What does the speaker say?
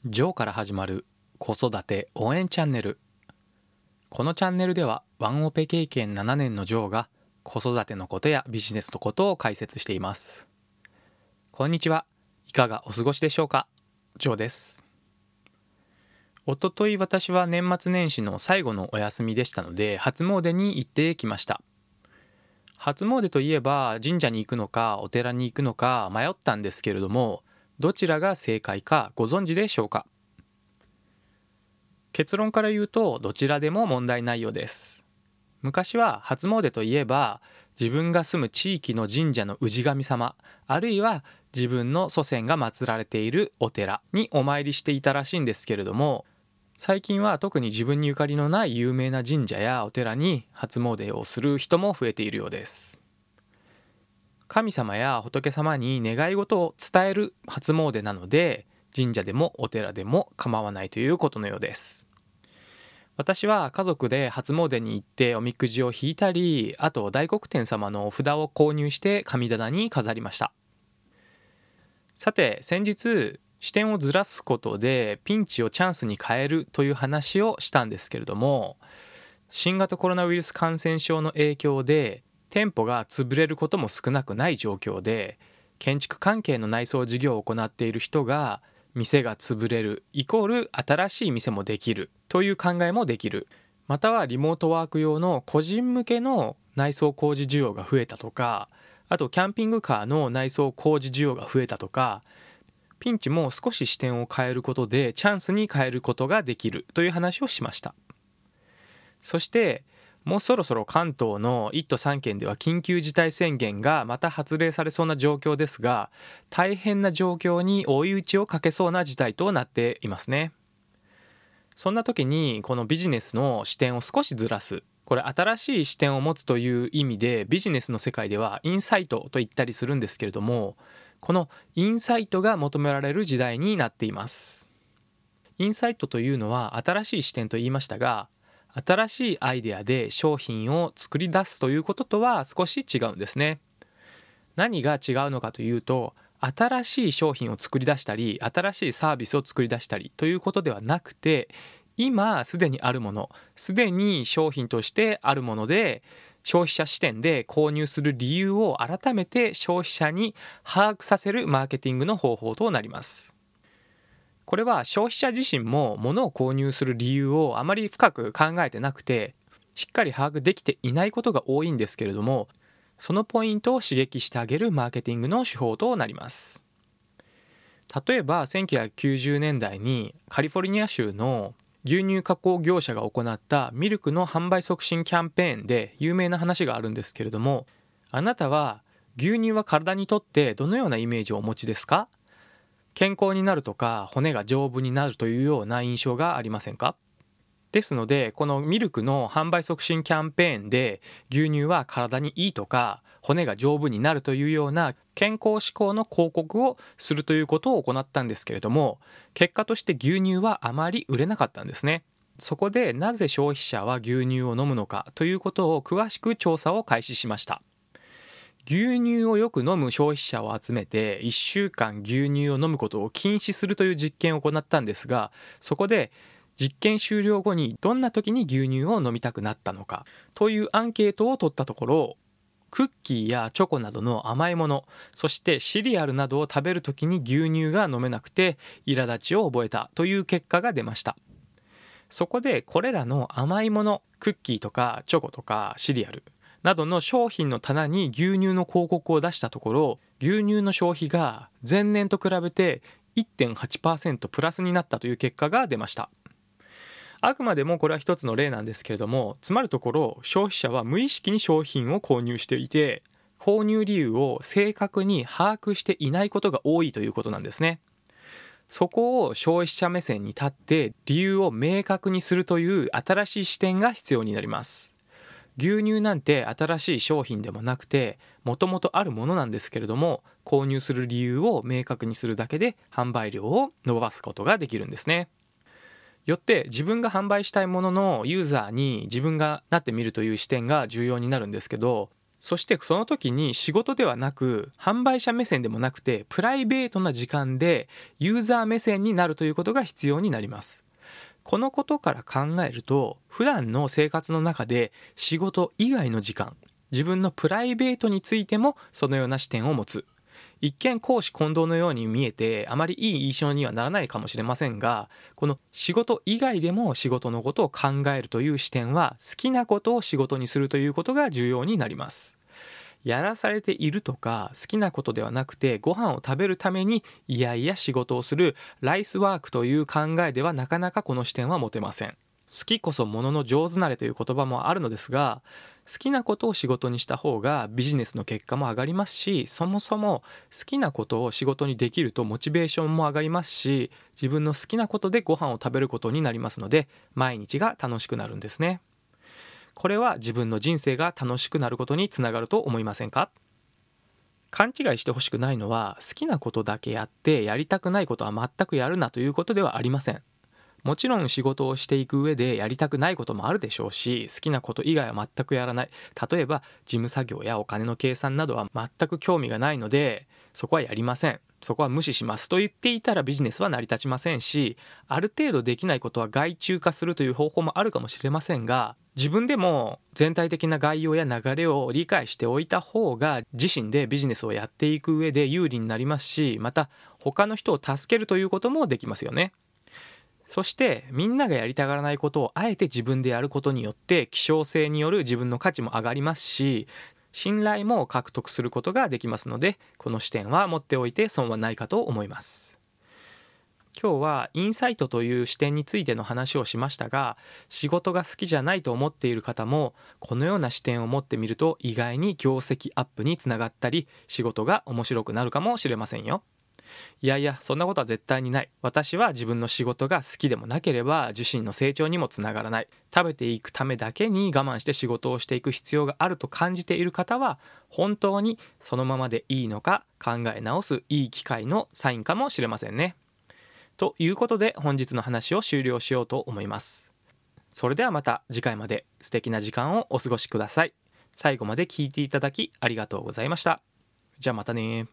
ジョーから始まる子育て応援チャンネル。このチャンネルではワンオペ経験7年のジョーが子育てのことやビジネスのことを解説しています。こんにちは。いかがお過ごしでしょうか。ジョーです。おととい私は年末年始の最後のお休みでしたので初詣に行ってきました。初詣といえば神社に行くのかお寺に行くのか迷ったんですけれども、どちらが正解かご存知でしょうか。結論から言うとどちらでも問題ないようです。昔は初詣といえば自分が住む地域の神社の氏神様、あるいは自分の祖先が祀られているお寺にお参りしていたらしいんですけれども、最近は特に自分にゆかりのない有名な神社やお寺に初詣をする人も増えているようです。神様や仏様に願い事を伝える初詣なので、神社でもお寺でも構わないということのようです。私は家族で初詣に行っておみくじを引いたり、あと大黒天様のお札を購入して神棚に飾りました。さて先日視点をずらすことでピンチをチャンスに変えるという話をしたんですけれども、新型コロナウイルス感染症の影響で店舗が潰れることも少なくない状況で、建築関係の内装事業を行っている人が店が潰れるイコール新しい店もできるという考えもできる。またはリモートワーク用の個人向けの内装工事需要が増えたとか、あとキャンピングカーの内装工事需要が増えたとか、ピンチも少し視点を変えることでチャンスに変えることができるという話をしました。そしてもうそろそろ関東の1都3県では緊急事態宣言がまた発令されそうな状況ですが、大変な状況に追い打ちをかけそうな事態となっていますね。そんな時にこのビジネスの視点を少しずらす、これ新しい視点を持つという意味でビジネスの世界ではインサイトと言ったりするんですけれども、このインサイトが求められる時代になっています。インサイトというのは新しい視点と言いましたが、新しいアイデアで商品を作り出すということとは少し違うんですね。何が違うのかというと、新しい商品を作り出したり新しいサービスを作り出したりということではなくて、今すでにあるもの、すでに商品としてあるもので消費者視点で購入する理由を改めて消費者に把握させるマーケティングの方法となります。これは消費者自身も物を購入する理由をあまり深く考えてなくて、しっかり把握できていないことが多いんですけれども、そのポイントを刺激してあげるマーケティングの手法となります。例えば1990年代にカリフォルニア州の牛乳加工業者が行ったミルクの販売促進キャンペーンで有名な話があるんですけれども、あなたは牛乳は体にとってどのようなイメージをお持ちですか？健康になるとか骨が丈夫になるというような印象がありませんか？ですのでこのミルクの販売促進キャンペーンで牛乳は体にいいとか骨が丈夫になるというような健康志向の広告をするということを行ったんですけれども、結果として牛乳はあまり売れなかったんですね。そこでなぜ消費者は牛乳を飲むのかということを詳しく調査を開始しました。牛乳をよく飲む消費者を集めて1週間牛乳を飲むことを禁止するという実験を行ったんですが、そこで実験終了後にどんな時に牛乳を飲みたくなったのかというアンケートを取ったところ、クッキーやチョコなどの甘いもの、そしてシリアルなどを食べる時に牛乳が飲めなくて苛立ちを覚えたという結果が出ました。そこでこれらの甘いもの、クッキーとかチョコとかシリアルなどの商品の棚に牛乳の広告を出したところ、牛乳の消費が前年と比べて 1.8% プラスになったという結果が出ました。あくまでもこれは一つの例なんですけれども、つまるところ消費者は無意識に商品を購入していて、購入理由を正確に把握していないことが多いということなんですね。そこを消費者目線に立って理由を明確にするという新しい視点が必要になります。牛乳なんて新しい商品でもなくてもともとあるものなんですけれども、購入する理由を明確にするだけで販売量を伸ばすことができるんですね。よって自分が販売したいもののユーザーに自分がなってみるという視点が重要になるんですけど、 そしてその時に仕事ではなく販売者目線でもなくてプライベートな時間でユーザー目線になるということが必要になります。このことから考えると普段の生活の中で仕事以外の時間、自分のプライベートについてもそのような視点を持つ。一見公私混同のように見えてあまりいい印象にはならないかもしれませんが、この仕事以外でも仕事のことを考えるという視点は好きなことを仕事にするということが重要になります。やらされているとか好きなことではなくてご飯を食べるためにいやいや仕事をするライスワークという考えではなかなかこの視点は持てません。好きこそものの上手なれという言葉もあるのですが、好きなことを仕事にした方がビジネスの結果も上がりますし、そもそも好きなことを仕事にできるとモチベーションも上がりますし、自分の好きなことでご飯を食べることになりますので、毎日が楽しくなるんですね。これは自分の人生が楽しくなることにつながると思いませんか？勘違いしてほしくないのは、好きなことだけやってやりたくないことは全くやるなということではありません。もちろん仕事をしていく上でやりたくないこともあるでしょうし、好きなこと以外は全くやらない。例えば事務作業やお金の計算などは全く興味がないので、そこはやりません。そこは無視しますと言っていたらビジネスは成り立ちませんし、ある程度できないことは外注化するという方法もあるかもしれませんが、自分でも全体的な概要や流れを理解しておいた方が自身でビジネスをやっていく上で有利になりますし、また他の人を助けるということもできますよね。そしてみんながやりたがらないことをあえて自分でやることによって希少性による自分の価値も上がりますし、信頼も獲得することができますので、この視点は持っておいて損はないかと思います。今日はインサイトという視点についての話をしましたが、仕事が好きじゃないと思っている方もこのような視点を持ってみると意外に業績アップにつながったり、仕事が面白くなるかもしれませんよ。いやいや、そんなことは絶対にない。私は自分の仕事が好きでもなければ自身の成長にもつながらない。食べていくためだけに我慢して仕事をしていく必要があると感じている方は、本当にそのままでいいのか考え直すいい機会のサインかもしれませんね。ということで本日の話を終了しようと思います。それではまた次回まで素敵な時間をお過ごしください。最後まで聞いていただきありがとうございました。じゃあまたね。